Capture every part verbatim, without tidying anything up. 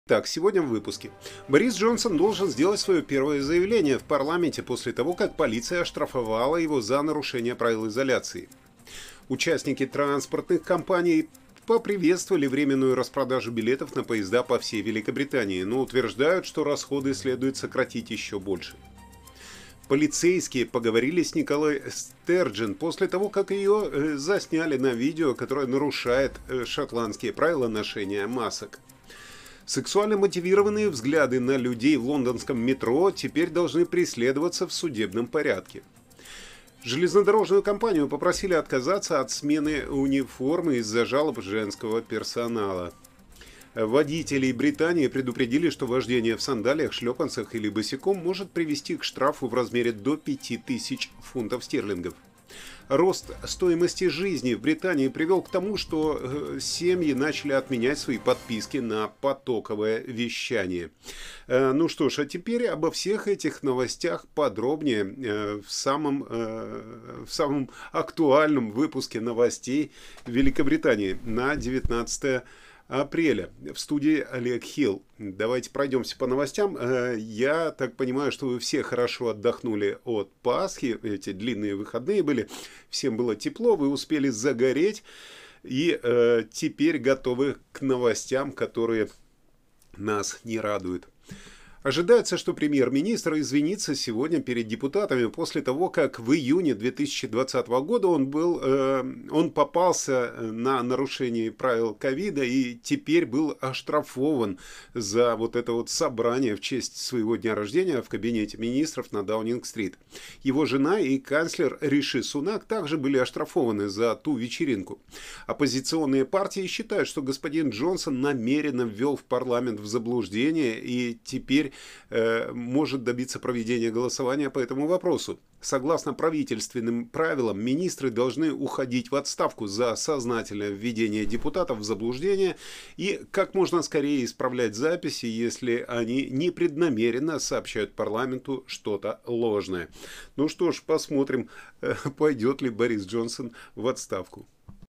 Итак, сегодня в выпуске. Борис Джонсон должен сделать свое первое заявление в парламенте после того, как полиция оштрафовала его за нарушение правил изоляции. Участники транспортных компаний поприветствовали временную распродажу билетов на поезда по всей Великобритании, но утверждают, что расходы следует сократить еще больше. Полицейские поговорили с Николой Стерджен после того, как ее э, засняли на видео, которое нарушает э, шотландские правила ношения масок. Сексуально мотивированные взгляды на людей в лондонском метро теперь должны преследоваться в судебном порядке. Железнодорожную компанию попросили отказаться от смены униформы из-за жалоб женского персонала. Водителей Британии предупредили, что вождение в сандалиях, шлепанцах или босиком может привести к штрафу в размере до пяти тысяч фунтов стерлингов. Рост стоимости жизни в Британии привел к тому, что семьи начали отменять свои подписки на потоковое вещание. Ну что ж, а теперь обо всех этих новостях подробнее в самом, в самом актуальном выпуске новостей Великобритании на девятнадцатое апреля. В студии Олег Хилл. Давайте пройдемся по новостям. Я так понимаю, что вы все хорошо отдохнули от Пасхи. Эти длинные выходные были. Всем было тепло, вы успели загореть. И э, теперь готовы к новостям, которые нас не радуют. Ожидается, что премьер-министр извинится сегодня перед депутатами после того, как в июне две тысячи двадцатого года он, был, э, он попался на нарушение правил ковида и теперь был оштрафован за вот это вот собрание в честь своего дня рождения в кабинете министров на Даунинг-стрит. Его жена и канцлер Риши Сунак также были оштрафованы за ту вечеринку. Оппозиционные партии считают, что господин Джонсон намеренно ввел в парламент в заблуждение и теперь может добиться проведения голосования по этому вопросу. Согласно правительственным правилам, министры должны уходить в отставку за сознательное введение депутатов в заблуждение и как можно скорее исправлять записи, если они непреднамеренно сообщают парламенту что-то ложное. Ну что ж, посмотрим, пойдет ли Борис Джонсон в отставку.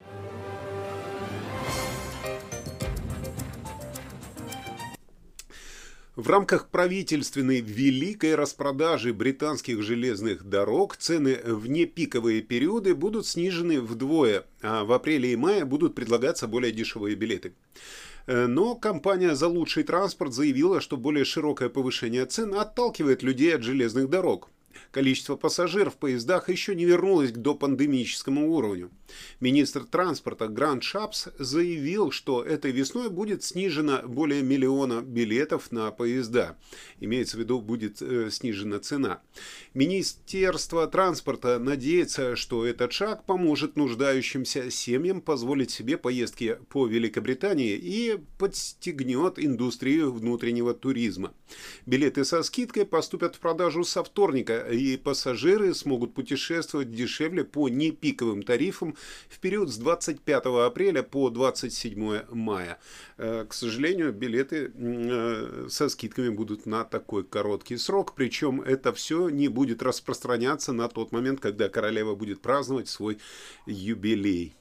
В рамках правительственной великой распродажи британских железных дорог цены в непиковые периоды будут снижены вдвое, а в апреле и мае будут предлагаться более дешевые билеты. Но компания «За лучший транспорт» заявила, что более широкое повышение цен отталкивает людей от железных дорог. Количество пассажиров в поездах еще не вернулось к допандемическому уровню. Министр транспорта Грант Шапс заявил, что этой весной будет снижено более миллиона билетов на поезда. Имеется в виду, будет э, снижена цена. Министерство транспорта надеется, что этот шаг поможет нуждающимся семьям позволить себе поездки по Великобритании и подстегнет индустрию внутреннего туризма. Билеты со скидкой поступят в продажу со вторника, и пассажиры смогут путешествовать дешевле по непиковым тарифам в период с двадцать пятого апреля по двадцать седьмое мая. К сожалению, билеты со скидками будут на такой короткий срок, причем это все не будет распространяться на тот момент, когда королева будет праздновать свой юбилей.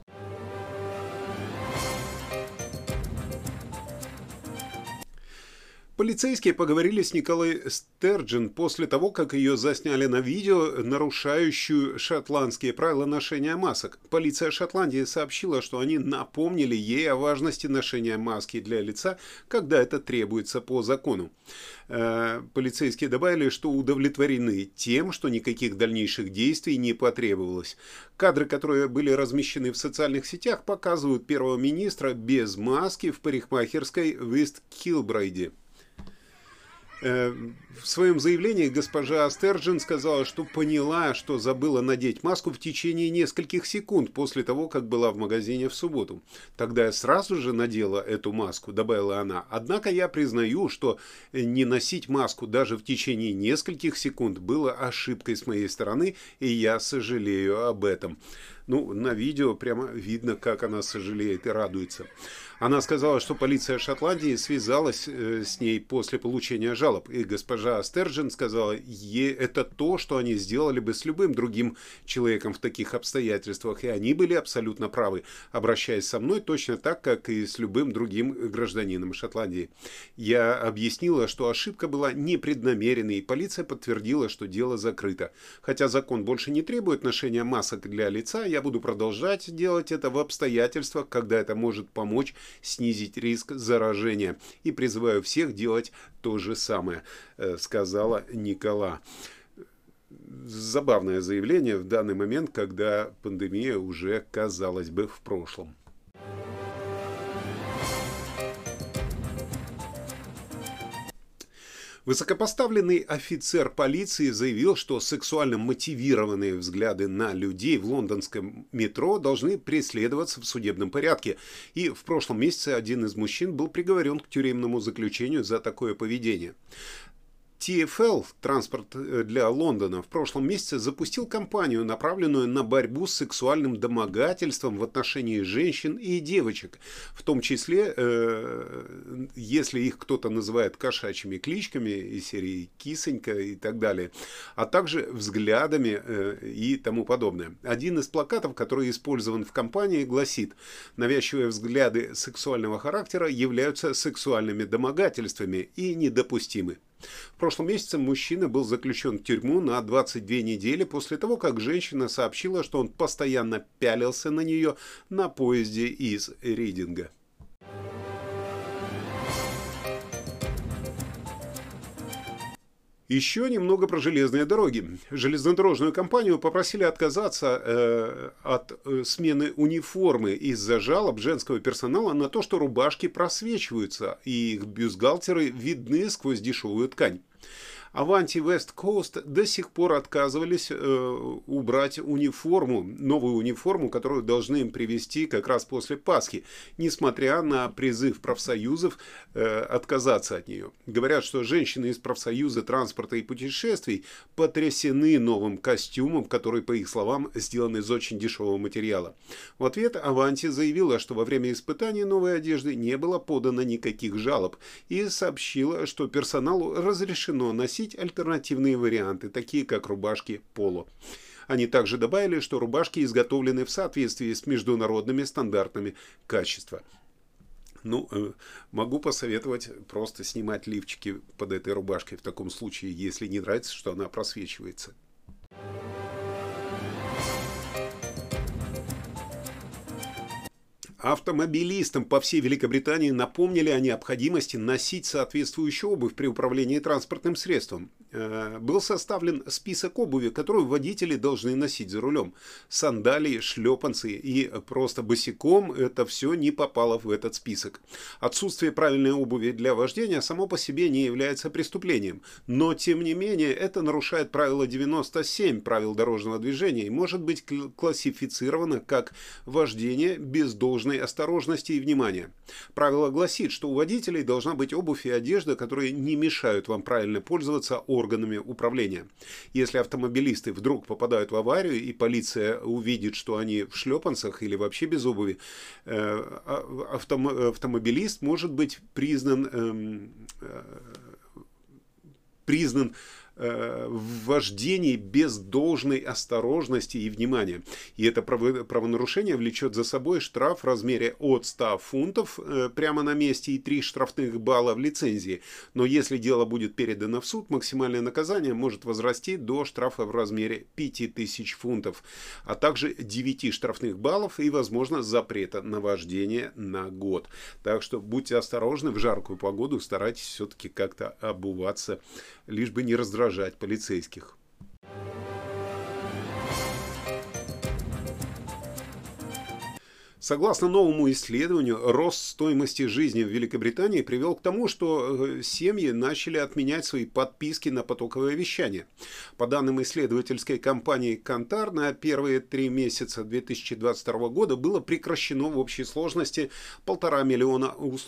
Полицейские поговорили с Николой Стерджен после того, как ее засняли на видео, нарушающую шотландские правила ношения масок. Полиция Шотландии сообщила, что они напомнили ей о важности ношения маски для лица, когда это требуется по закону. Полицейские добавили, что удовлетворены тем, что никаких дальнейших действий не потребовалось. Кадры, которые были размещены в социальных сетях, показывают первого министра без маски в парикмахерской в Ист-Килбрайде. В своем заявлении госпожа Стерджен сказала, что поняла, что забыла надеть маску в течение нескольких секунд после того, как была в магазине в субботу. Тогда я сразу же надела эту маску, добавила она. Однако я признаю, что не носить маску даже в течение нескольких секунд было ошибкой с моей стороны, и я сожалею об этом. Ну, на видео прямо видно, как она сожалеет и радуется. Она сказала, что полиция Шотландии связалась с ней после получения жалоб. И госпожа Стерджен сказала, ей это то, что они сделали бы с любым другим человеком в таких обстоятельствах. И они были абсолютно правы, обращаясь со мной точно так, как и с любым другим гражданином Шотландии. Я объяснила, что ошибка была непреднамеренной, и полиция подтвердила, что дело закрыто. Хотя закон больше не требует ношения масок для лица, я буду продолжать делать это в обстоятельствах, когда это может помочь снизить риск заражения. И призываю всех делать то же самое, сказала Никола. Забавное заявление в данный момент, когда пандемия уже, казалось бы, в прошлом. Высокопоставленный офицер полиции заявил, что сексуально мотивированные взгляды на людей в лондонском метро должны преследоваться в судебном порядке. И в прошлом месяце один из мужчин был приговорен к тюремному заключению за такое поведение. ти эф эл, транспорт для Лондона, в прошлом месяце запустил кампанию, направленную на борьбу с сексуальным домогательством в отношении женщин и девочек, в том числе, э, если их кто-то называет кошачьими кличками из серии «кисонька» и так далее, а также взглядами э, и тому подобное. Один из плакатов, который использован в кампании, гласит: «Навязчивые взгляды сексуального характера являются сексуальными домогательствами и недопустимы». В прошлом месяце мужчина был заключен в тюрьму на двадцать две недели после того, как женщина сообщила, что он постоянно пялился на нее на поезде из Ридинга. Еще немного про железные дороги. Железнодорожную компанию попросили отказаться э, от э, смены униформы из-за жалоб женского персонала на то, что рубашки просвечиваются и их бюстгальтеры видны сквозь дешевую ткань. Avanti West Coast до сих пор отказывались э, убрать униформу, новую униформу, которую должны им привезти как раз после Пасхи, несмотря на призыв профсоюзов э, отказаться от нее. Говорят, что женщины из профсоюза транспорта и путешествий потрясены новым костюмом, который, по их словам, сделан из очень дешевого материала. В ответ Avanti заявила, что во время испытаний новой одежды не было подано никаких жалоб, и сообщила, что персоналу разрешено носить альтернативные варианты, такие как рубашки поло. Они также добавили, что рубашки изготовлены в соответствии с международными стандартами качества. Ну, могу посоветовать просто снимать лифчики под этой рубашкой в таком случае, если не нравится, что она просвечивается. Автомобилистам по всей Великобритании напомнили о необходимости носить соответствующую обувь при управлении транспортным средством. Был составлен список обуви, которую водители должны носить за рулем. Сандалии, шлепанцы и просто босиком — это все не попало в этот список. Отсутствие правильной обуви для вождения само по себе не является преступлением. Но, тем не менее, это нарушает правило девяносто семь правил дорожного движения и может быть классифицировано как вождение без должной осторожности и внимания. Правило гласит, что у водителей должна быть обувь и одежда, которые не мешают вам правильно пользоваться органами управления. Если автомобилисты вдруг попадают в аварию и полиция увидит, что они в шлепанцах или вообще без обуви, автомобилист может быть признан, признан в вождении без должной осторожности и внимания. И это правонарушение влечет за собой штраф в размере от ста фунтов прямо на месте и три штрафных балла в лицензии. Но если дело будет передано в суд, максимальное наказание может возрасти до штрафа в размере пяти тысяч фунтов, а также девяти штрафных баллов и, возможно, запрета на вождение на год. Так что будьте осторожны, в жаркую погоду старайтесь все-таки как-то обуваться, лишь бы не раздражать полицейских. Согласно новому исследованию, рост стоимости жизни в Великобритании привел к тому, что семьи начали отменять свои подписки на потоковое вещание. По данным исследовательской компании Kantar, на первые три месяца две тысячи двадцать второго года было прекращено в общей сложности полтора миллиона услуг.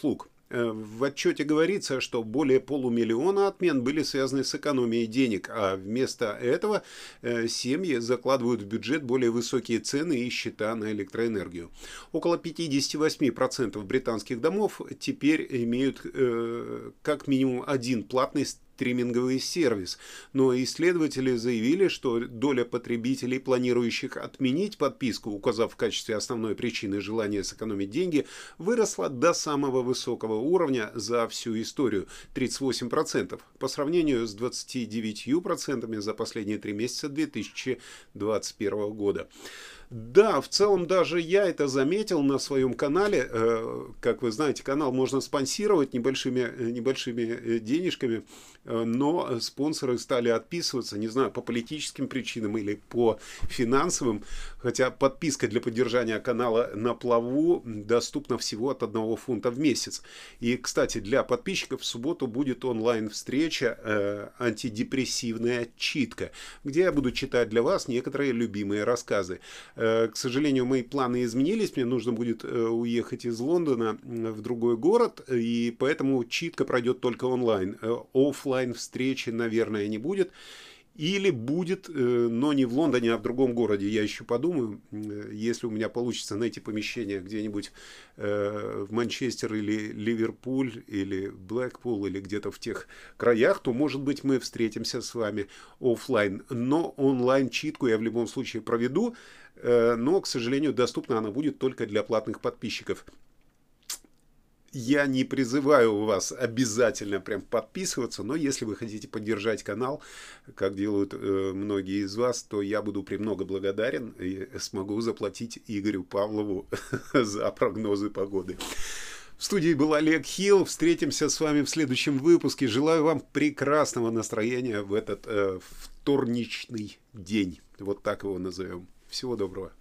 В отчете говорится, что более полумиллиона отмен были связаны с экономией денег, а вместо этого семьи закладывают в бюджет более высокие цены и счета на электроэнергию. Около пятьдесят восемь процентов британских домов теперь имеют э, как минимум один платный стриминговый сервис, но исследователи заявили, что доля потребителей, планирующих отменить подписку, указав в качестве основной причины желание сэкономить деньги, выросла до самого высокого уровня за всю историю – тридцать восемь процентов, по сравнению с двадцатью девятью процентами за последние три месяца две тысячи двадцать первого года. Да, в целом даже я это заметил на своем канале. Как вы знаете, канал можно спонсировать небольшими, небольшими денежками, но спонсоры стали отписываться, не знаю, по политическим причинам или по финансовым, хотя подписка для поддержания канала на плаву доступна всего от одного фунта в месяц. И, кстати, для подписчиков в субботу будет онлайн-встреча «Антидепрессивная читка», где я буду читать для вас некоторые любимые рассказы. К сожалению, мои планы изменились, мне нужно будет уехать из Лондона в другой город, и поэтому читка пройдет только онлайн. Оффлайн встречи, наверное, не будет. Или будет, но не в Лондоне, а в другом городе. Я еще подумаю, если у меня получится найти помещение где-нибудь в Манчестер или Ливерпуль, или Блэкпул, или где-то в тех краях, то, может быть, мы встретимся с вами оффлайн. Но онлайн-читку я в любом случае проведу, но, к сожалению, доступна она будет только для платных подписчиков. Я не призываю вас обязательно прям подписываться, но если вы хотите поддержать канал, как делают э, многие из вас, то я буду премного благодарен и смогу заплатить Игорю Павлову за прогнозы погоды. В студии был Олег Хилл. Встретимся с вами в следующем выпуске. Желаю вам прекрасного настроения в этот э, вторничный день. Вот так его назовем. Всего доброго.